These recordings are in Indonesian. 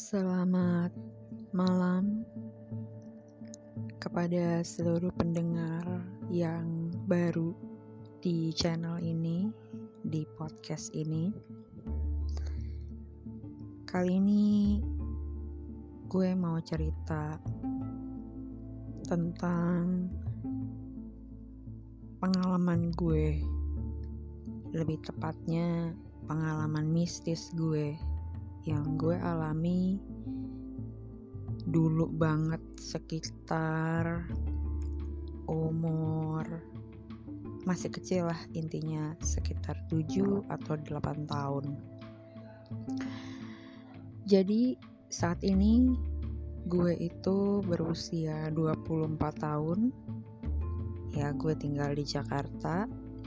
Selamat malam kepada seluruh pendengar yang baru di channel ini, di podcast ini. Kali ini gue mau cerita tentang pengalaman gue, lebih tepatnya pengalaman mistis gue yang gue alami dulu banget, sekitar umur masih kecil lah, intinya sekitar 7 atau 8 tahun. Jadi saat ini gue itu berusia 24 tahun. Ya, gue tinggal di Jakarta.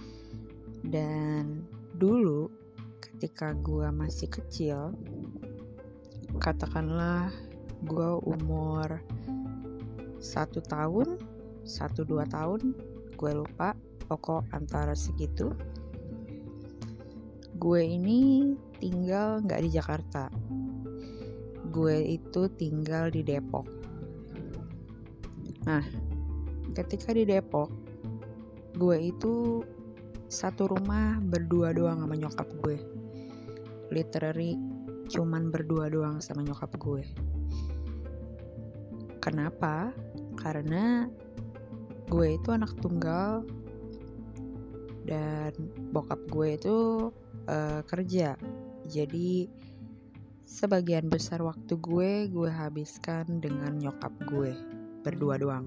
Dan dulu ketika gue masih kecil, katakanlah gue umur 1 tahun, 1-2 tahun, gue lupa, pokok antara segitu. Gue ini tinggal gak di Jakarta. Gue itu tinggal di Depok. Nah, ketika di Depok, gue itu satu rumah berdua doang sama nyokap gue. Literally cuman berdua doang sama nyokap gue. Kenapa? Karena gue itu anak tunggal dan bokap gue itu kerja. Jadi sebagian besar waktu gue habiskan dengan nyokap gue, berdua doang.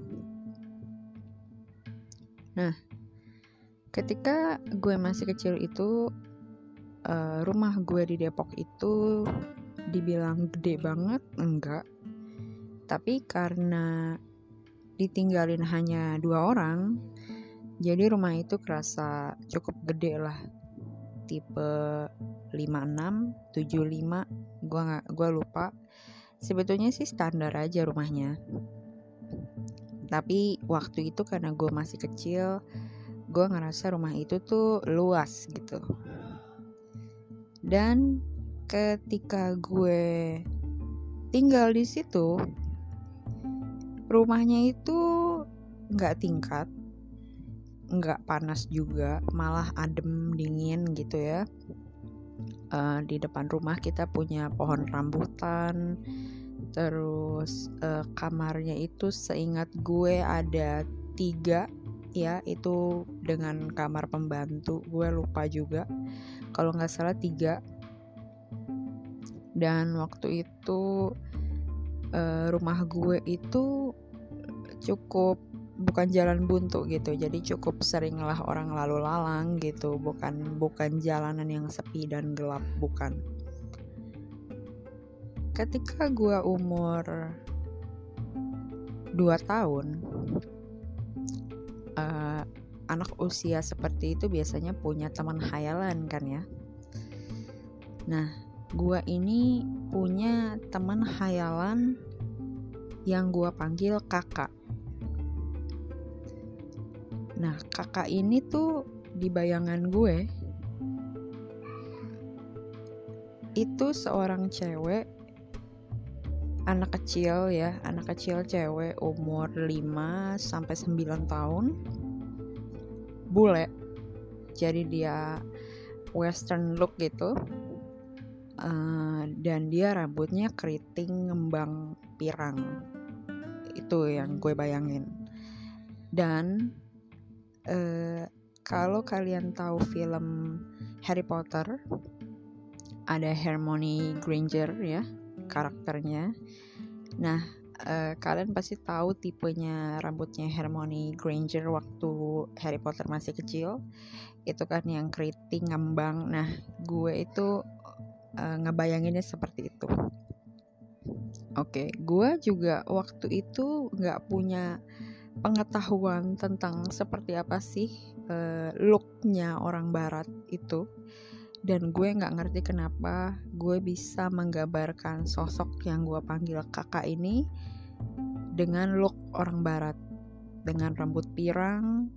Nah, ketika gue masih kecil itu, rumah gue di Depok itu dibilang gede banget, enggak. Tapi karena ditinggalin hanya 2 orang, jadi rumah itu kerasa cukup gede lah. Tipe 56, 75, gue lupa. Sebetulnya sih standar aja rumahnya. Tapi waktu itu karena gue masih kecil, gue ngerasa rumah itu tuh luas gitu. Dan ketika gue tinggal di situ, rumahnya itu nggak tingkat, nggak panas juga, malah adem dingin gitu ya. Di depan rumah kita punya pohon rambutan. Terus kamarnya itu seingat gue ada 3 ya, itu dengan kamar pembantu, gue lupa juga, kalau nggak salah 3. Dan waktu itu rumah gue itu cukup, bukan jalan buntu gitu, jadi cukup seringlah orang lalu lalang gitu, bukan jalanan yang sepi dan gelap, bukan. Ketika gue umur 2 tahun, anak usia seperti itu biasanya punya teman khayalan kan ya. Nah, gue ini punya teman khayalan yang gue panggil kakak. Nah, kakak ini tuh di bayangan gue itu seorang cewek, anak kecil cewek umur 5-9 tahun, bule. Jadi dia western look gitu. Dan dia rambutnya keriting ngembang pirang. Itu yang gue bayangin. Dan kalau kalian tahu film Harry Potter, ada Hermione Granger ya karakternya. Nah, kalian pasti tahu tipenya rambutnya Hermione Granger waktu Harry Potter masih kecil. Itu kan yang keriting ngembang. Nah, gue itu ngebayanginnya seperti itu. Oke, gue juga waktu itu gak punya pengetahuan tentang seperti apa sih looknya orang barat itu. Dan gue gak ngerti kenapa gue bisa menggambarkan sosok yang gue panggil kakak ini dengan look orang barat, dengan rambut pirang,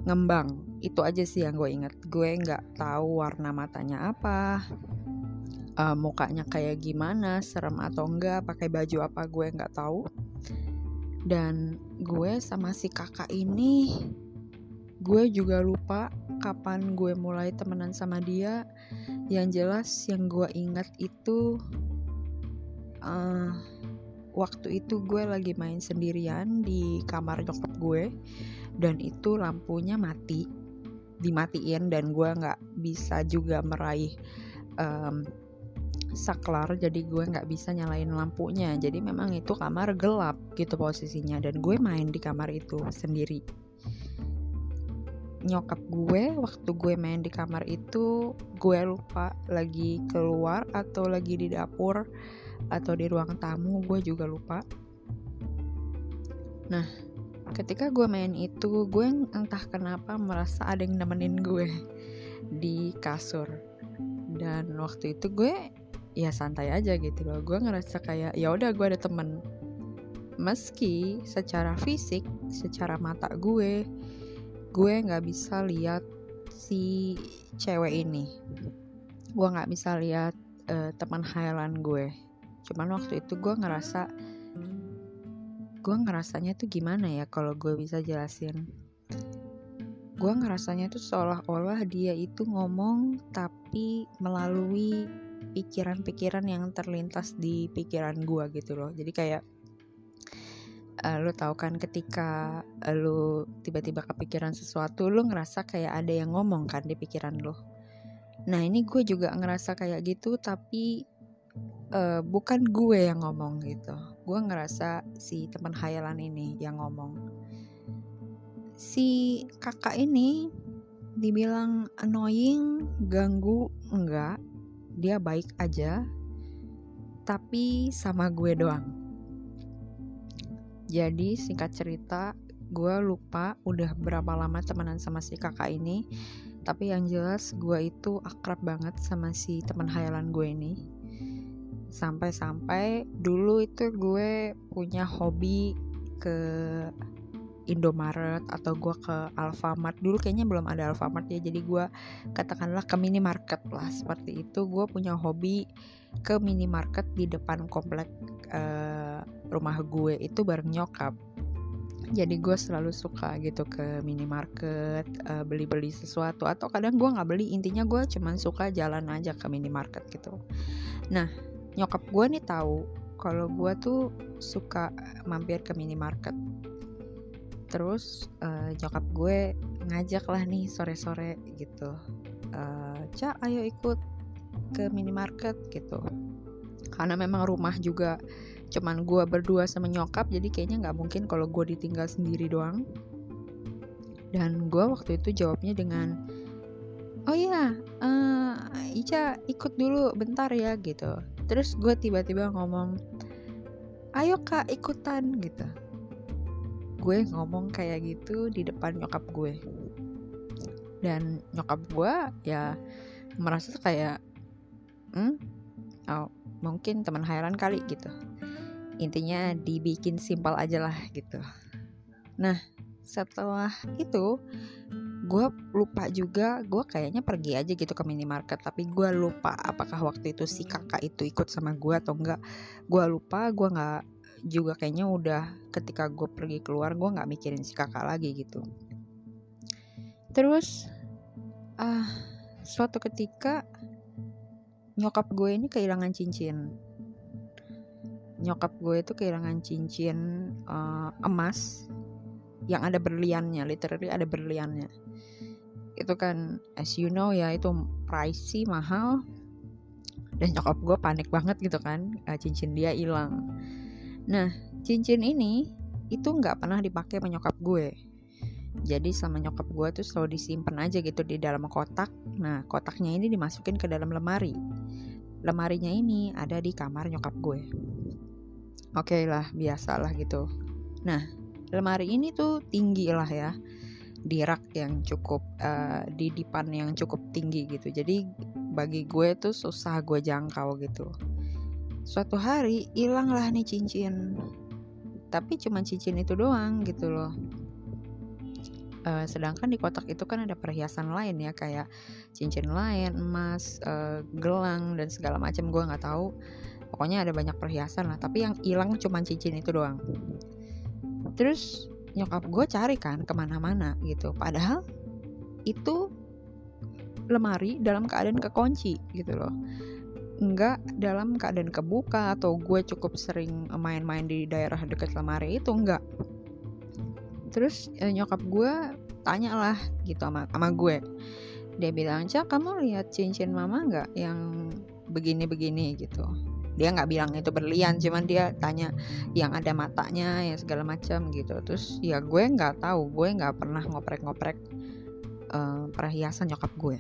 ngembang. Itu aja sih yang gue ingat. Gue gak tahu warna matanya apa, mukanya kayak gimana, serem atau enggak, pakai baju apa gue nggak tahu. Dan gue sama si kakak ini, gue juga lupa kapan gue mulai temenan sama dia. Yang jelas yang gue ingat itu waktu itu gue lagi main sendirian di kamar nyokap gue, dan itu lampunya dimatiin, dan gue nggak bisa juga meraih saklar, jadi gue nggak bisa nyalain lampunya. Jadi memang itu kamar gelap gitu posisinya, dan gue main di kamar itu sendiri. Nyokap gue waktu gue main di kamar itu, gue lupa lagi keluar atau lagi di dapur atau di ruang tamu, gue juga lupa. Nah, ketika gue main itu, gue entah kenapa merasa ada yang nemenin gue di kasur. Dan waktu itu gue ya santai aja gitu loh. Gue ngerasa kayak ya udah, gue ada temen. Meski secara fisik, secara mata gue nggak bisa lihat si cewek ini. Gue nggak bisa lihat teman khayalan gue. Cuman waktu itu gue ngerasanya tuh gimana ya kalau gue bisa jelasin. Gue ngerasanya tuh seolah-olah dia itu ngomong tapi melalui pikiran-pikiran yang terlintas di pikiran gue gitu loh. Jadi kayak lu tahu kan ketika lu tiba-tiba kepikiran sesuatu, lu ngerasa kayak ada yang ngomong kan di pikiran lu. Nah ini gue juga ngerasa kayak gitu, tapi bukan gue yang ngomong gitu. Gue ngerasa si teman khayalan ini yang ngomong. Si kakak ini dibilang annoying, ganggu, enggak. Dia baik aja, tapi sama gue doang. Jadi singkat cerita, gue lupa udah berapa lama temenan sama si kakak ini. Tapi yang jelas gue itu akrab banget sama si teman khayalan gue ini. Sampai-sampai dulu itu gue punya hobi ke Indomaret atau gue ke Alfamart. Dulu kayaknya belum ada Alfamart ya, jadi gue katakanlah ke minimarket lah, seperti itu. Gue punya hobi ke minimarket di depan komplek rumah gue itu bareng nyokap. Jadi gue selalu suka gitu ke minimarket, beli-beli sesuatu, atau kadang gue gak beli, intinya gue cuman suka jalan aja ke minimarket gitu. Nah, nyokap gue nih tahu kalau gue tuh suka mampir ke minimarket. Terus nyokap gue ngajak lah nih sore-sore gitu, Ca ayo ikut ke minimarket gitu. Karena memang rumah juga cuman gue berdua sama nyokap, jadi kayaknya gak mungkin kalau gue ditinggal sendiri doang. Dan gue waktu itu jawabnya dengan, oh iya, Ica ikut dulu bentar ya gitu. Terus gue tiba-tiba ngomong, ayo kak ikutan gitu. Gue ngomong kayak gitu di depan nyokap gue. Dan nyokap gue ya merasa kayak mungkin teman khayalan kali gitu. Intinya dibikin simpel aja lah gitu. Nah setelah itu gue lupa juga, gue kayaknya pergi aja gitu ke minimarket. Tapi gue lupa apakah waktu itu si kakak itu ikut sama gue atau enggak. Gue lupa, gue gak juga kayaknya udah ketika gue pergi keluar gue gak mikirin si kakak lagi gitu. Terus suatu ketika nyokap gue ini kehilangan cincin. Nyokap gue itu kehilangan cincin emas yang ada berliannya, literally ada berliannya. Itu kan as you know ya, itu pricey, mahal. Dan nyokap gue panik banget gitu kan, cincin dia hilang. Nah cincin ini itu gak pernah dipakai sama nyokap gue. Jadi sama nyokap gue tuh selalu disimpan aja gitu di dalam kotak. Nah kotaknya ini dimasukin ke dalam lemari. Lemarinya ini ada di kamar nyokap gue. Oke lah, biasalah gitu. Nah lemari ini tuh tinggi lah ya, di rak yang cukup di dipan yang cukup tinggi gitu. Jadi bagi gue tuh susah gue jangkau gitu. Suatu hari hilang lah nih cincin. Tapi cuma cincin itu doang gitu loh. Sedangkan di kotak itu kan ada perhiasan lain ya, kayak cincin lain, emas, gelang dan segala macam, gue nggak tahu. Pokoknya ada banyak perhiasan lah, tapi yang hilang cuma cincin itu doang. Terus nyokap gue cari kan kemana-mana gitu, padahal itu lemari dalam keadaan kekunci gitu loh, nggak dalam keadaan kebuka atau gue cukup sering main-main di daerah dekat lemari itu, enggak. Terus nyokap gue tanyalah gitu sama gue, dia bilang, "Cak, kamu lihat cincin mama nggak yang begini-begini?" gitu. Dia nggak bilang itu berlian, cuman dia tanya yang ada matanya ya segala macam gitu. Terus ya gue nggak tahu, gue nggak pernah ngoprek-ngoprek perhiasan nyokap gue.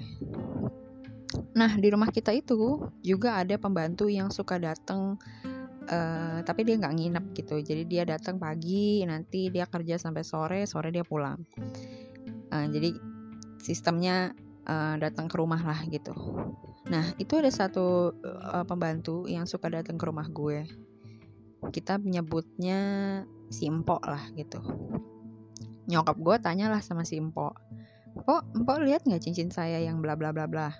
Nah di rumah kita itu juga ada pembantu yang suka datang, tapi dia nggak nginep gitu. Jadi dia datang pagi, nanti dia kerja sampai sore dia pulang. Jadi sistemnya datang ke rumah lah gitu. Nah itu ada satu pembantu yang suka datang ke rumah gue. Kita menyebutnya si Empok lah gitu. Nyokap gue tanyalah sama si Empok, "Empok lihat nggak cincin saya yang bla bla bla bla?"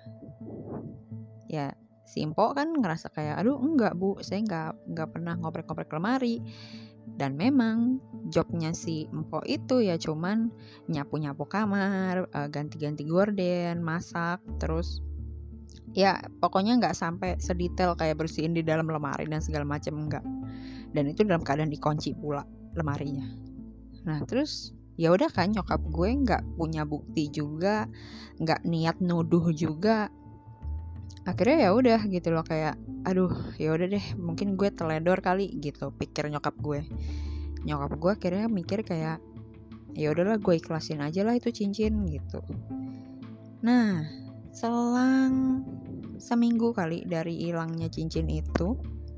Ya si Empok kan ngerasa kayak, "Aduh enggak bu, saya nggak pernah ngoprek-ngoprek lemari." Dan memang jobnya si Empok itu ya cuman nyapu-nyapu kamar, ganti-ganti gorden, masak, terus ya pokoknya nggak sampai sedetail kayak bersihin di dalam lemari dan segala macam, enggak. Dan itu dalam keadaan dikunci pula lemarinya. Nah terus ya udah kan, nyokap gue nggak punya bukti juga, nggak niat nuduh juga. Akhirnya ya udah gitu loh, kayak aduh ya udah deh, mungkin gue teledor kali gitu, pikir nyokap gue. Nyokap gue akhirnya mikir kayak ya udahlah, gue ikhlasin aja lah itu cincin gitu. Nah selang seminggu kali dari hilangnya cincin itu,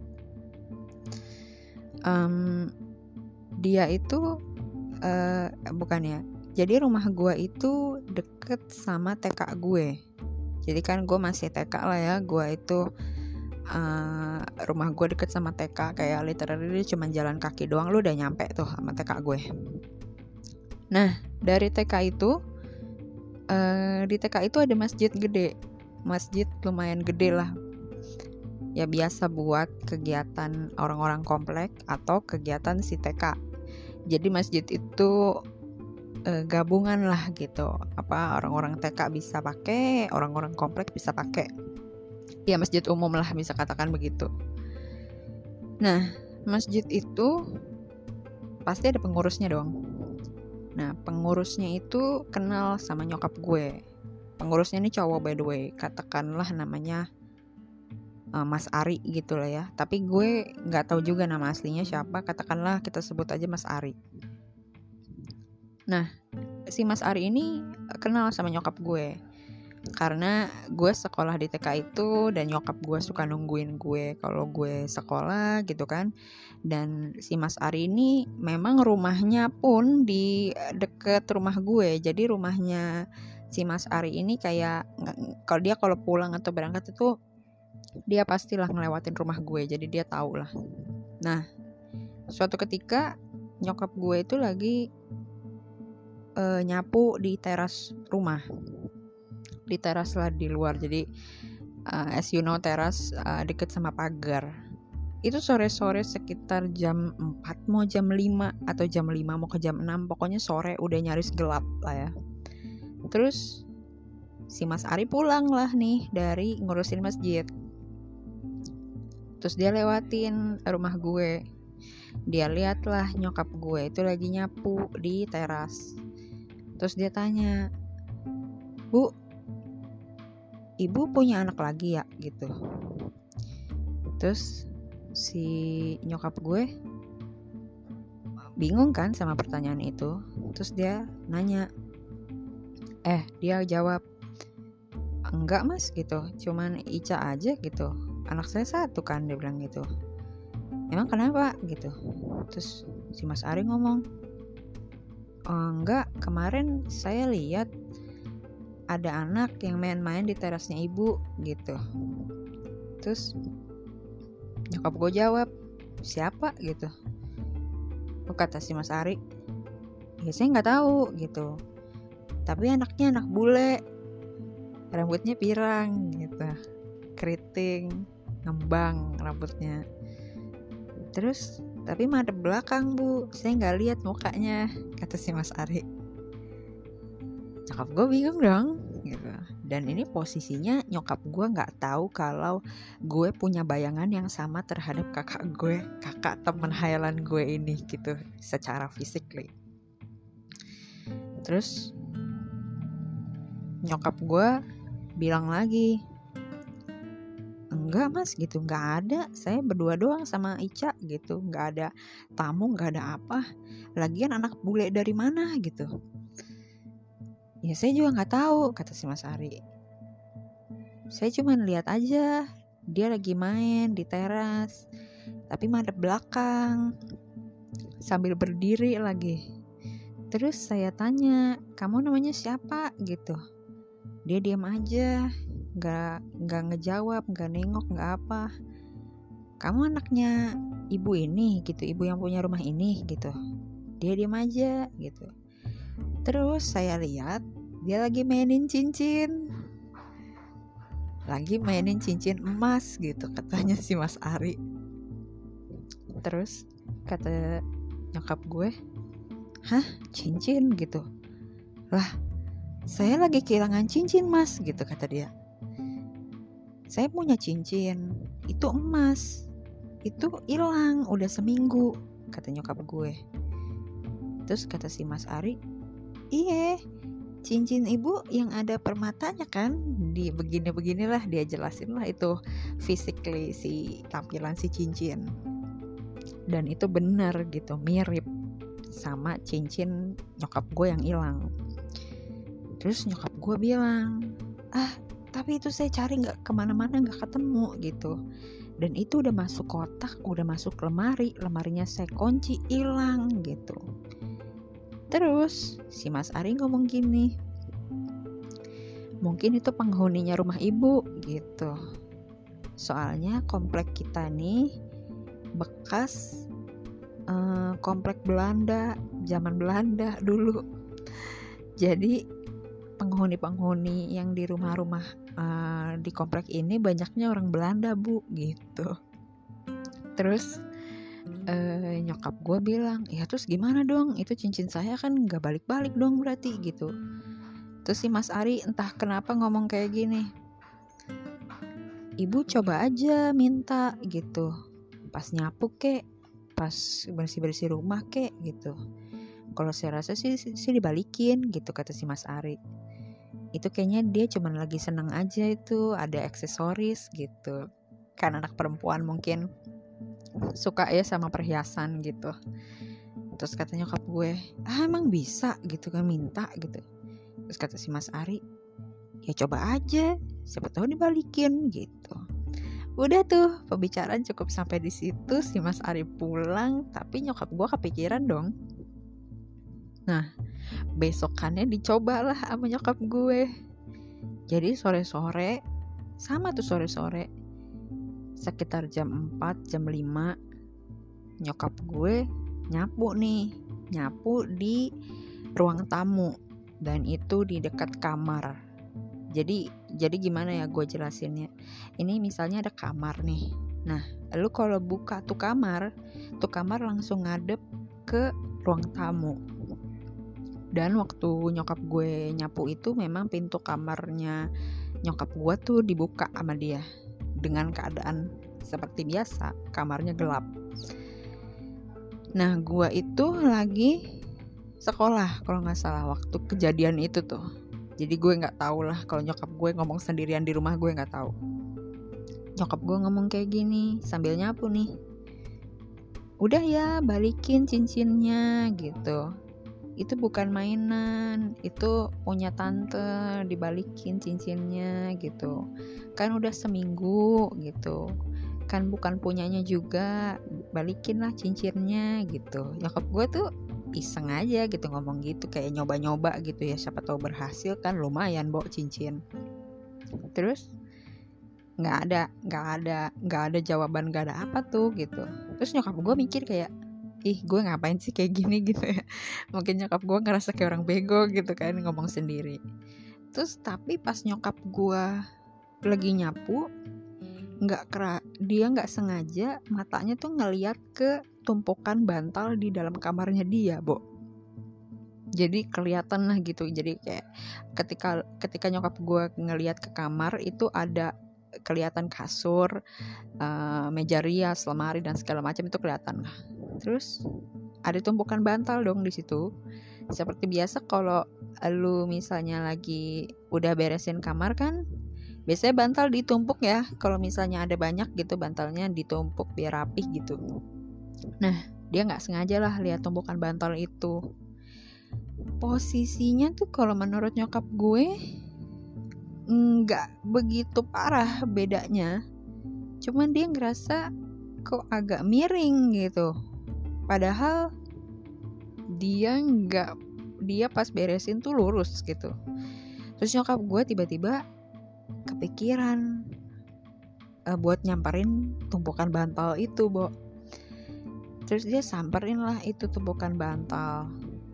dia itu bukan ya, jadi rumah gue itu deket sama TK gue. Jadi kan gue masih TK lah ya, gue itu rumah gue deket sama TK, kayak literally cuma jalan kaki doang lu udah nyampe tuh sama TK gue. Nah dari TK itu, di TK itu ada masjid gede, masjid lumayan gede lah ya, biasa buat kegiatan orang-orang komplek atau kegiatan si TK. Jadi masjid itu gabungan lah gitu, apa orang-orang TK bisa pakai, orang-orang komplek bisa pakai, ya masjid umum lah bisa katakan begitu. Nah masjid itu pasti ada pengurusnya dong. Nah pengurusnya itu kenal sama nyokap gue. Pengurusnya ini cowok by the way, katakanlah namanya Mas Ari gitu lah ya, tapi gue nggak tahu juga nama aslinya siapa, katakanlah kita sebut aja Mas Ari. Nah si Mas Ari ini kenal sama nyokap gue karena gue sekolah di TK itu, dan nyokap gue suka nungguin gue kalau gue sekolah gitu kan. Dan si Mas Ari ini memang rumahnya pun di deket rumah gue. Jadi rumahnya si Mas Ari ini kayak kalau pulang atau berangkat itu dia pastilah ngelewatin rumah gue, jadi dia tahu lah. Nah suatu ketika nyokap gue itu lagi nyapu di teras rumah, di teras lah di luar. Jadi as you know teras deket sama pagar. Itu sore-sore sekitar jam 4 mau jam 5 atau jam 5 mau ke jam 6, pokoknya sore udah nyaris gelap lah ya. Terus si Mas Ari pulang lah nih dari ngurusin masjid. Terus dia lewatin rumah gue, dia lihat lah nyokap gue itu lagi nyapu di teras. Terus dia tanya, "Bu, ibu punya anak lagi ya?" gitu. Terus si nyokap gue bingung kan sama pertanyaan itu. Terus dia nanya, dia jawab, "Enggak mas," gitu, "cuman Ica aja gitu, anak saya satu kan," dia bilang gitu. "Emang kenapa?" gitu. Terus si Mas Ari ngomong, "Enggak, kemarin saya lihat ada anak yang main-main di terasnya ibu," gitu. Terus nyokap gue jawab, "Siapa?" gitu. Kata si Mas Ari, "Ya saya nggak tahu," gitu. tapi anaknya anak bule, rambutnya pirang gitu, keriting, ngembang rambutnya. Terus tapi madep belakang bu, saya nggak lihat mukanya, kata si Mas Ari. Nyokap gue bingung dong gitu. Dan ini posisinya nyokap gue nggak tahu kalau gue punya bayangan yang sama terhadap kakak gue, kakak teman hayalan gue ini gitu, secara physically. Terus nyokap gue bilang lagi, enggak mas gitu, nggak ada, saya berdua doang sama Ica gitu, nggak ada tamu, nggak ada apa, lagian anak bule dari mana gitu. Ya saya juga nggak tahu, kata si Mas Ari. Saya cuma lihat aja dia lagi main di teras, tapi madep belakang sambil berdiri lagi. Terus saya tanya, kamu namanya siapa gitu. Dia diam aja, nggak ngejawab, nggak nengok, nggak apa. Kamu anaknya ibu ini gitu, ibu yang punya rumah ini gitu. Dia diam aja gitu. Terus saya lihat dia lagi mainin cincin emas gitu, katanya si Mas Ari. Terus kata nyokap gue, hah cincin gitu, lah saya lagi kehilangan cincin mas gitu, kata dia. Saya punya cincin itu emas, itu hilang udah seminggu, kata nyokap gue. Terus kata si Mas Ari, iya cincin ibu yang ada permatanya kan, di beginilah dia jelasin lah itu physically si tampilan si cincin. Dan itu benar gitu, mirip sama cincin nyokap gue yang hilang. Terus nyokap gue bilang, tapi itu saya cari nggak kemana-mana, nggak ketemu gitu. Dan itu udah masuk kotak, udah masuk lemarinya saya kunci, hilang gitu. Terus si Mas Ari ngomong gini, mungkin itu penghuninya rumah ibu gitu. Soalnya komplek kita nih bekas komplek Belanda, zaman Belanda dulu. Jadi penghuni yang di rumah-rumah di komplek ini banyaknya orang Belanda bu gitu. Terus nyokap gue bilang, ya terus gimana dong, itu cincin saya kan gak balik-balik dong berarti gitu. Terus si Mas Ari entah kenapa ngomong kayak gini, ibu coba aja minta gitu, pas nyapu kek, pas bersih-bersih rumah kek gitu, kalau saya rasa sih dibalikin gitu, kata si Mas Ari. Itu kayaknya dia cuma lagi seneng aja, itu ada aksesoris gitu, kan anak perempuan mungkin suka ya sama perhiasan gitu. Terus kata nyokap gue, emang bisa gitu kan minta gitu. Terus kata si Mas Ari, ya coba aja, siapa tahu dibalikin gitu. Udah tuh pembicaraan cukup sampai di situ, si Mas Ari pulang, tapi nyokap gue kepikiran dong. Nah besokannya dicobalah sama nyokap gue. Jadi sore-sore, sama tuh sore-sore, sekitar jam 4, jam 5, nyokap gue nyapu di ruang tamu, dan itu di dekat kamar. Jadi gimana ya gue jelasinnya. Ini misalnya ada kamar nih. Nah, lu kalau buka tuh kamar langsung ngadep ke ruang tamu. Dan waktu nyokap gue nyapu itu memang pintu kamarnya nyokap gue tuh dibuka sama dia. Dengan keadaan seperti biasa, kamarnya gelap. Nah, gue itu lagi sekolah kalau nggak salah waktu kejadian itu tuh. Jadi gue nggak tahu lah kalau nyokap gue ngomong sendirian di rumah, gue nggak tahu. Nyokap gue ngomong kayak gini sambil nyapu nih, udah ya balikin cincinnya gitu. Itu bukan mainan, itu punya tante, dibalikin cincinnya gitu. Kan udah seminggu gitu, kan bukan punyanya juga, balikin lah cincinnya gitu. Nyokap gue tuh iseng aja gitu ngomong gitu, kayak nyoba-nyoba gitu ya, siapa tahu berhasil kan, lumayan bawa cincin. Terus nggak ada jawaban, nggak ada apa tuh gitu. Terus nyokap gue mikir kayak, ih gue ngapain sih kayak gini gitu ya. Mungkin nyokap gue ngerasa kayak orang bego gitu kan, ngomong sendiri. Terus tapi pas nyokap gue lagi nyapu, dia nggak sengaja matanya tuh ngeliat ke tumpukan bantal di dalam kamarnya dia, Bo. Jadi kelihatan lah gitu. Jadi kayak ketika nyokap gue ngeliat ke kamar itu ada kelihatan kasur, meja rias, lemari dan segala macam itu kelihatan lah. Terus ada tumpukan bantal dong di situ. Seperti biasa kalau lu misalnya lagi udah beresin kamar kan, biasanya bantal ditumpuk ya. Kalau misalnya ada banyak gitu bantalnya ditumpuk biar rapih gitu. Nah, dia nggak sengaja lah lihat tumpukan bantal itu. Posisinya tuh kalau menurut nyokap gue nggak begitu parah bedanya. Cuman dia ngerasa kok agak miring gitu. Padahal dia pas beresin tuh lurus gitu. Terus nyokap gue tiba-tiba kepikiran buat nyamperin tumpukan bantal itu, Bo. Terus dia samperin lah itu tumpukan bantal.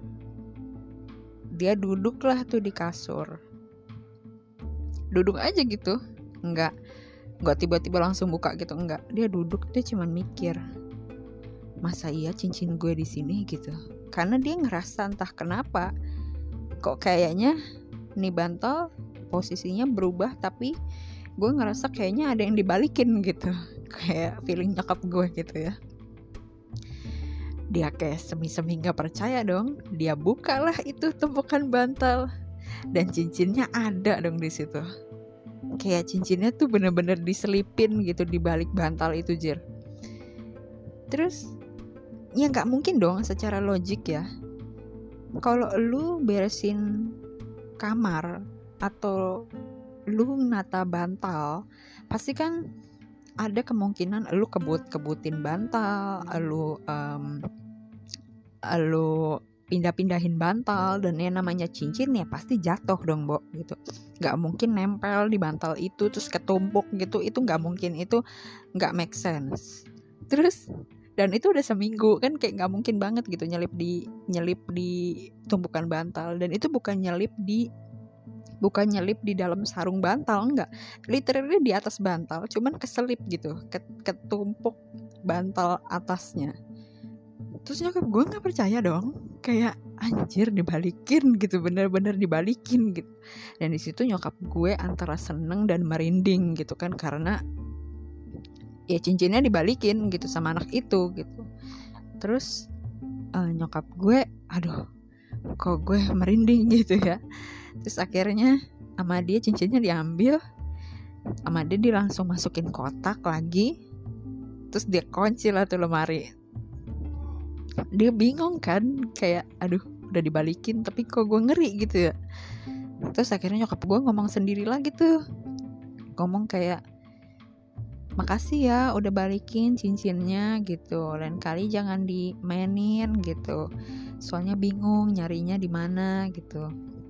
Dia duduk lah tuh di kasur. Duduk aja gitu. Enggak tiba-tiba langsung buka gitu, enggak. Dia duduk, dia cuman mikir, masa iya cincin gue di sini gitu. Karena dia ngerasa entah kenapa kok kayaknya nih bantal posisinya berubah, tapi gue ngerasa kayaknya ada yang dibalikin gitu. Kayak feeling nyokap gue gitu ya. Dia kayak semi-semi gak percaya dong. Dia bukalah itu tumpukan bantal dan cincinnya ada dong di situ. Kayak cincinnya tuh bener-bener diselipin gitu di balik bantal itu, Jir. Terus ya gak mungkin dong secara logik ya. Kalau lu beresin kamar atau lu nata bantal, pasti kan ada kemungkinan lu kebutin bantal, lu pindah-pindahin bantal, dan yang namanya cincin ya pasti jatuh dong, Bo, gitu. Gak mungkin nempel di bantal itu terus ketumpuk gitu, itu gak mungkin, itu gak make sense. Terus dan itu udah seminggu kan, kayak gak mungkin banget gitu nyelip di tumpukan bantal. Dan itu bukan nyelip di dalam sarung bantal, enggak, literally di atas bantal, cuman keselip gitu, ketumpuk bantal atasnya. Terus nyokap gue gak percaya dong, kayak anjir dibalikin gitu, bener-bener dibalikin gitu. Dan disitu nyokap gue antara seneng dan merinding gitu kan, karena ya cincinnya dibalikin gitu sama anak itu gitu. Terus nyokap gue, aduh kok gue merinding gitu ya. Terus akhirnya sama dia cincinnya diambil, sama dia langsung masukin kotak lagi. Terus dia kunci lah tuh lemari. Dia bingung kan, kayak aduh udah dibalikin tapi kok gue ngeri gitu ya. Terus akhirnya nyokap gue ngomong sendiri lagi tuh, ngomong kayak, makasih ya udah balikin cincinnya gitu, lain kali jangan dimainin gitu, soalnya bingung nyarinya di mana gitu.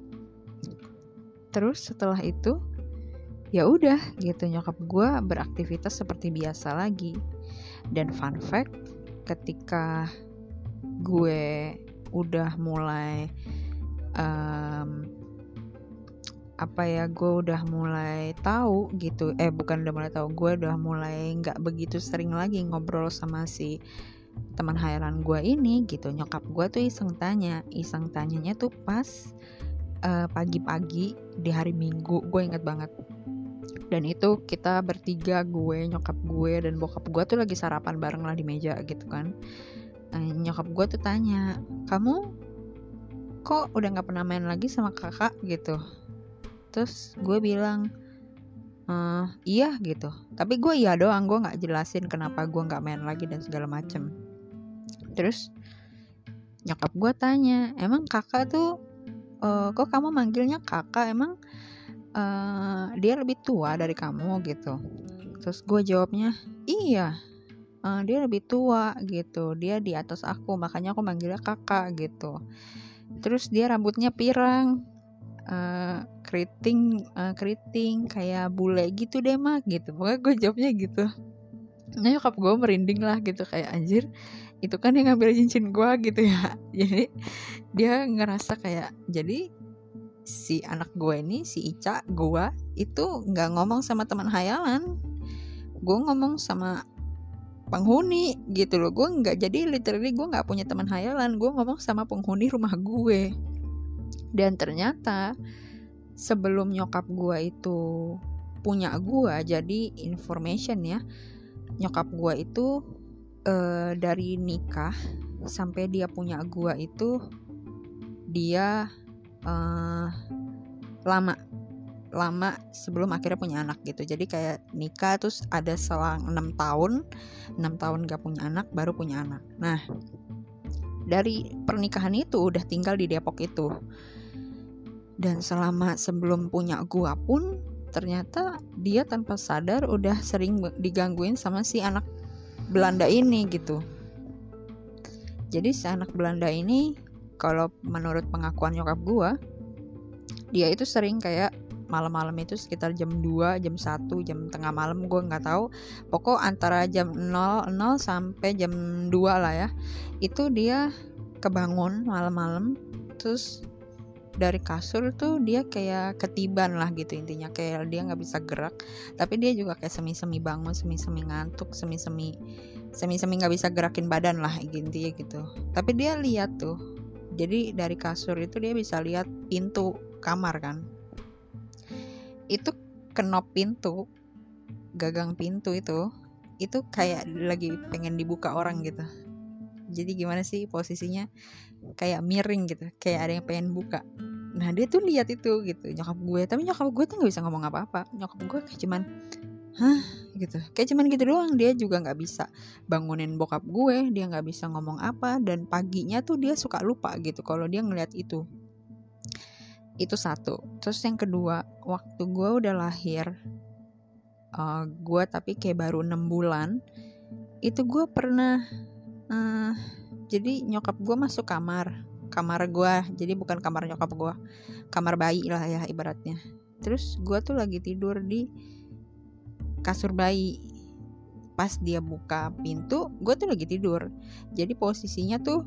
Terus setelah itu ya udah gitu, nyokap gue beraktivitas seperti biasa lagi. Dan fun fact, ketika gue udah mulai gue udah mulai tahu gitu, gue udah mulai nggak begitu sering lagi ngobrol sama si teman hayalan gue ini gitu. Nyokap gue tuh iseng tanyanya tuh pas pagi-pagi di hari Minggu, gue inget banget. Dan itu kita bertiga, gue, nyokap gue, dan bokap gue tuh lagi sarapan bareng lah di meja gitu kan. Nyokap gue tuh tanya, kamu kok udah gak pernah main lagi sama kakak gitu. Terus gue bilang iya gitu, tapi gue iya doang, gue gak jelasin kenapa gue gak main lagi dan segala macem. Terus nyokap gue tanya, emang kakak tuh kok kamu manggilnya kakak, emang dia lebih tua dari kamu gitu. Terus gue jawabnya, iya, dia lebih tua gitu, dia di atas aku, makanya aku manggilnya kakak gitu. Terus dia rambutnya pirang, keriting kayak bule gitu deh mah gitu. Pokoknya gue jawabnya gitu. Nah nyokap gue merinding lah gitu, kayak anjir itu kan yang ngambil cincin gue gitu ya. Jadi dia ngerasa kayak, jadi si anak gue ini, si Ica, gue itu nggak ngomong sama teman hayalan, gue ngomong sama penghuni gitu loh. Gue nggak, jadi literally gue nggak punya teman hayalan, gue ngomong sama penghuni rumah gue. Dan ternyata sebelum nyokap gue itu punya gue, jadi information ya, nyokap gue itu dari nikah sampai dia punya gue itu dia lama sebelum akhirnya punya anak gitu. Jadi kayak nikah terus ada selang 6 tahun gak punya anak, baru punya anak. Nah dari pernikahan itu udah tinggal di Depok itu. Dan selama sebelum punya gua pun ternyata dia tanpa sadar udah sering digangguin sama si anak Belanda ini gitu. Jadi si anak Belanda ini, kalau menurut pengakuan nyokap gua, dia itu sering kayak malam-malam itu sekitar jam 2, jam 1, jam tengah malam, gue gak tahu. Pokok antara jam 00 sampai jam 2 lah ya. Itu dia kebangun malam-malam, terus dari kasur tuh dia kayak ketiban lah gitu, intinya kayak dia gak bisa gerak. Tapi dia juga kayak semi-semi bangun, semi-semi ngantuk, semi-semi gak bisa gerakin badan lah intinya gitu. Tapi dia lihat tuh, jadi dari kasur itu dia bisa lihat pintu kamar kan. Itu kenop pintu, gagang pintu itu kayak lagi pengen dibuka orang gitu. Jadi gimana sih posisinya, kayak miring gitu, kayak ada yang pengen buka. Nah dia tuh lihat itu gitu, nyokap gue. Tapi nyokap gue tuh nggak bisa ngomong apa-apa. Nyokap gue kayak cuman gitu, kayak cuman gitu doang. Dia juga nggak bisa bangunin bokap gue, dia nggak bisa ngomong apa. Dan paginya tuh dia suka lupa gitu kalau dia ngeliat itu. Itu satu. Terus yang kedua, waktu gue udah lahir, gue tapi kayak baru 6 bulan, itu gue pernah jadi nyokap gue masuk kamar gue, jadi bukan kamar nyokap gue, kamar bayi lah ya ibaratnya. Terus gue tuh lagi tidur di kasur bayi. Pas dia buka pintu, gue tuh lagi tidur. Jadi posisinya tuh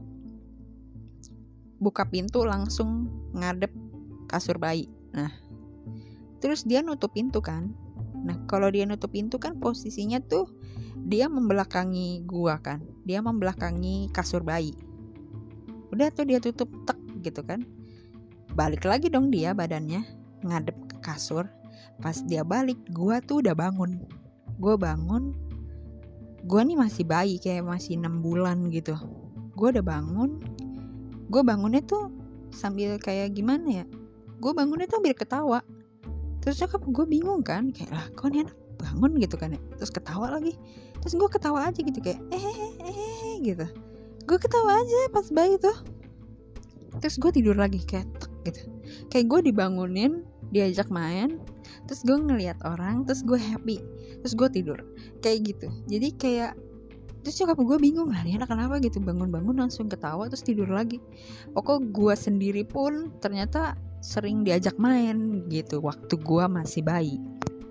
buka pintu langsung ngadep kasur bayi. Nah, terus dia nutup pintu kan. Nah, kalau dia nutup pintu kan posisinya tuh dia membelakangi gua kan. Dia membelakangi kasur bayi. Udah tuh dia tutup tek gitu kan. Balik lagi dong dia badannya ngadep ke kasur. Pas dia balik, gua tuh udah bangun. Gua bangun. Gua nih masih bayi, kayak masih 6 bulan gitu. Gua udah bangun. Gua bangunnya tuh sambil kayak gimana ya? Gue bangunnya tuh hampir ketawa. Terus nyokap gue bingung kan, kayak lah kok nih anak bangun gitu kan ya. Terus ketawa lagi. Terus gue ketawa aja gitu kayak gitu. Gue ketawa aja pas bayi tuh. Terus gue tidur lagi kayak tek gitu. Kayak gue dibangunin, diajak main. Terus gue ngelihat orang, terus gue happy. Terus gue tidur kayak gitu. Jadi kayak, terus nyokap gue bingung lah, ini anak kenapa gitu, bangun-bangun langsung ketawa terus tidur lagi. Pokok gue sendiri pun ternyata sering diajak main gitu waktu gue masih bayi.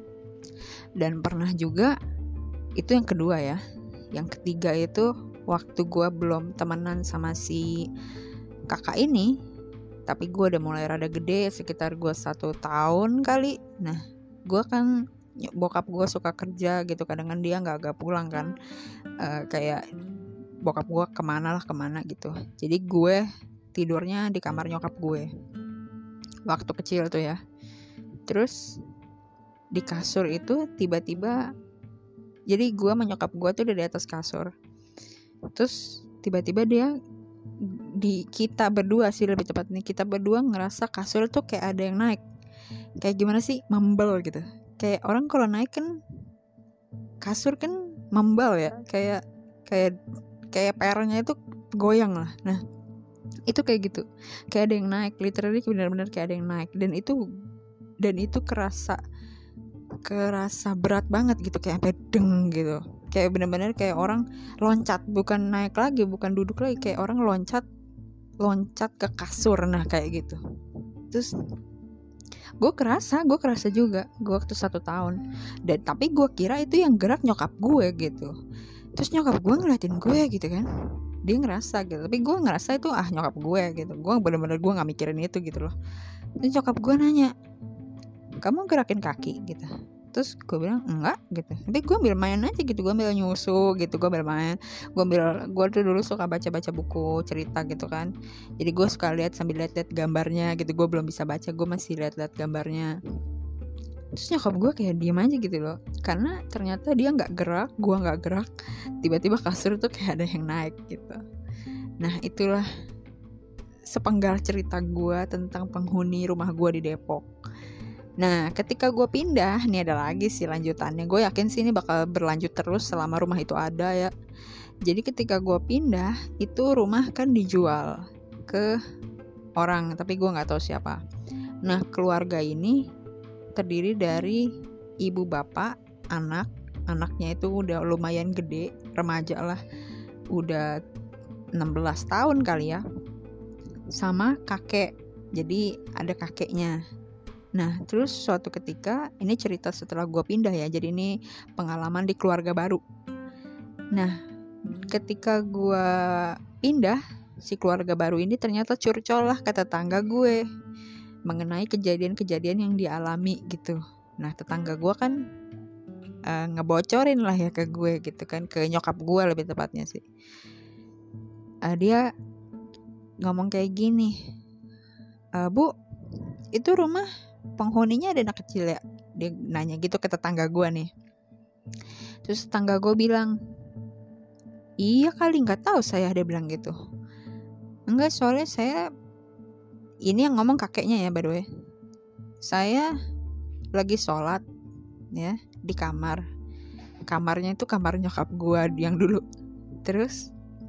Dan pernah juga, itu yang kedua ya. Yang ketiga itu waktu gue belum temenan sama si kakak ini, tapi gue udah mulai rada gede, sekitar gue 1 tahun kali. Nah gue kan, bokap gue suka kerja gitu, kadang dia gak pulang kan. Kayak bokap gue kemana gitu. Jadi gue tidurnya di kamar nyokap gue waktu kecil tuh ya. Terus di kasur itu tiba-tiba, jadi gue sama nyokap gue tuh udah di atas kasur. Terus tiba-tiba dia, kita berdua sih lebih tepatnya, kita berdua ngerasa kasur tuh kayak ada yang naik. Kayak gimana sih, membel gitu. Kayak orang kalau naik kan kasur kan membal ya, kayak pernya itu goyang lah. Nah itu kayak gitu, kayak ada yang naik, literally benar-benar kayak ada yang naik. Dan itu kerasa berat banget gitu, kayak sampai deng gitu, kayak benar-benar kayak orang loncat, bukan naik lagi, bukan duduk lagi, kayak orang loncat ke kasur. Nah kayak gitu. Terus gue kerasa juga, gue waktu 1 tahun. Dan tapi gue kira itu yang gerak nyokap gue gitu. Terus nyokap gue ngeliatin gue gitu kan, dia ngerasa gitu, tapi gue ngerasa itu nyokap gue gitu. Gue bener-bener gue nggak mikirin itu gitu loh. Terus nyokap gue nanya, kamu gerakin kaki gitu. Terus gue bilang enggak gitu, tapi gue ambil main aja gitu, gue ambil nyusu gitu, gue ambil main, gue tuh dulu suka baca buku cerita gitu kan, jadi gue suka lihat sambil lihat gambarnya gitu. Gue belum bisa baca, gue masih lihat gambarnya. Terus nyokap gue kayak diem aja gitu loh, karena ternyata dia nggak gerak, gue nggak gerak, tiba-tiba kasur tuh kayak ada yang naik gitu. Nah itulah sepenggal cerita gue tentang penghuni rumah gue di Depok. Nah ketika gue pindah, nih ada lagi sih lanjutannya. Gue yakin sih ini bakal berlanjut terus selama rumah itu ada ya. Jadi ketika gue pindah, itu rumah kan dijual ke orang, tapi gue gak tahu siapa. Nah keluarga ini terdiri dari ibu bapak, anaknya itu udah lumayan gede, remaja lah, udah 16 tahun kali ya, sama kakek. Jadi ada kakeknya. Nah terus suatu ketika, ini cerita setelah gue pindah ya, jadi ini pengalaman di keluarga baru. Nah ketika gue pindah, si keluarga baru ini ternyata curcol lah ke tetangga gue mengenai kejadian-kejadian yang dialami gitu. Nah tetangga gue kan ngebocorin lah ya ke gue gitu kan, ke nyokap gue lebih tepatnya sih. Dia ngomong kayak gini, Bu, itu rumah penghuninya ada anak kecil ya? Dia nanya gitu ke tetangga gue nih. Terus tetangga gue bilang, iya kali, nggak tahu saya, dia bilang gitu. Enggak, soalnya saya, ini yang ngomong kakeknya ya by the way, saya lagi sholat ya di kamarnya itu kamar nyokap gue yang dulu. Terus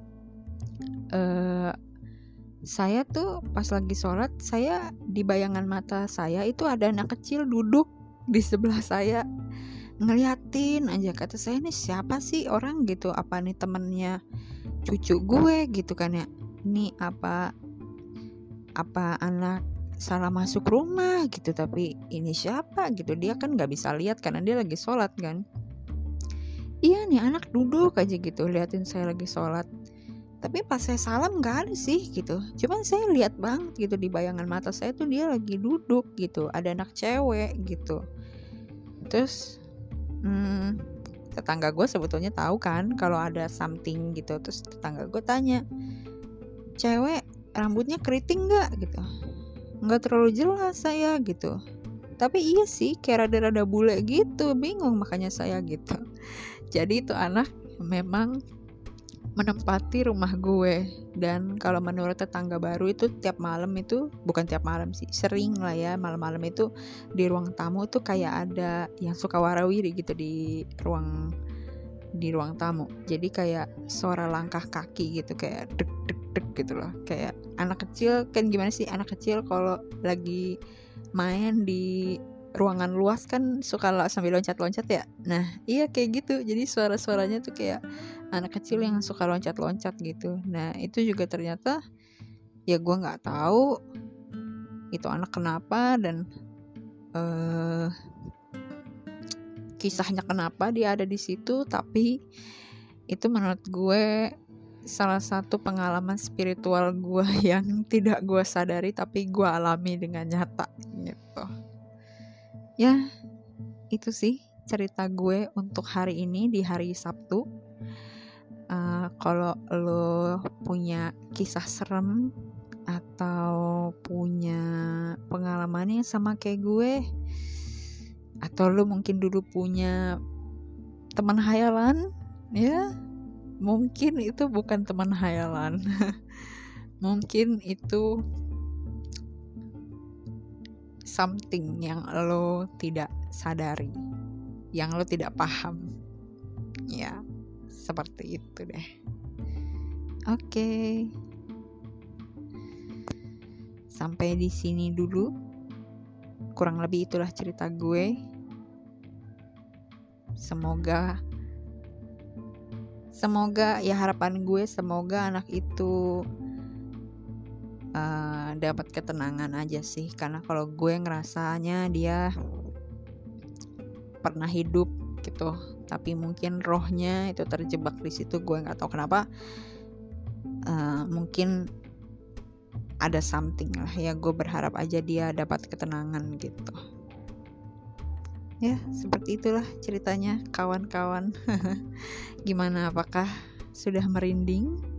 saya tuh pas lagi sholat, saya di bayangan mata saya itu ada anak kecil duduk di sebelah saya ngeliatin aja. Kata saya, ini siapa sih orang gitu, apa nih temennya cucu gue gitu kan ya, ini apa anak salah masuk rumah gitu, tapi ini siapa gitu. Dia kan gak bisa lihat karena dia lagi sholat kan. Iya nih anak duduk aja gitu liatin saya lagi sholat, tapi pas saya salam gak ada sih gitu. Cuman saya lihat banget gitu di bayangan mata saya tuh dia lagi duduk gitu, ada anak cewek gitu. Terus tetangga gue sebetulnya tahu kan kalau ada something gitu. Terus tetangga gue tanya, cewek rambutnya keriting gak gitu? Gak terlalu jelas saya gitu, tapi iya sih kayak rada-rada bule gitu, bingung makanya saya gitu. Jadi itu anak memang menempati rumah gue. Dan kalau menurut tetangga baru itu tiap malam itu, bukan tiap malam sih, sering lah ya, malam-malam itu di ruang tamu tuh kayak ada yang suka warawiri gitu di ruang tamu. Jadi kayak suara langkah kaki gitu, kayak dek dek dek gitu loh. Kayak anak kecil kan, gimana sih anak kecil kalau lagi main di ruangan luas kan suka sambil loncat-loncat ya. Nah iya kayak gitu, jadi suara-suaranya tuh kayak anak kecil yang suka loncat-loncat gitu. Nah itu juga ternyata ya gue nggak tahu itu anak kenapa dan kisahnya kenapa dia ada di situ, tapi itu menurut gue salah satu pengalaman spiritual gue yang tidak gue sadari tapi gue alami dengan nyata gitu. Ya itu sih cerita gue untuk hari ini di hari Sabtu. Kalau lo punya kisah serem atau punya pengalamannya sama kayak gue, atau lo mungkin dulu punya teman hayalan ya, mungkin itu bukan teman hayalan mungkin itu something yang lo tidak sadari, yang lo tidak paham ya, seperti itu deh. Oke. Sampai di sini dulu. Kurang lebih itulah cerita gue. Semoga ya, harapan gue semoga anak itu dapat ketenangan aja sih, karena kalau gue ngerasanya dia pernah hidup gitu, tapi mungkin rohnya itu terjebak di situ. Gue nggak tahu kenapa. mungkin ada something lah ya, gue berharap aja dia dapat ketenangan gitu ya. Seperti itulah ceritanya kawan-kawan. Gimana, apakah sudah merinding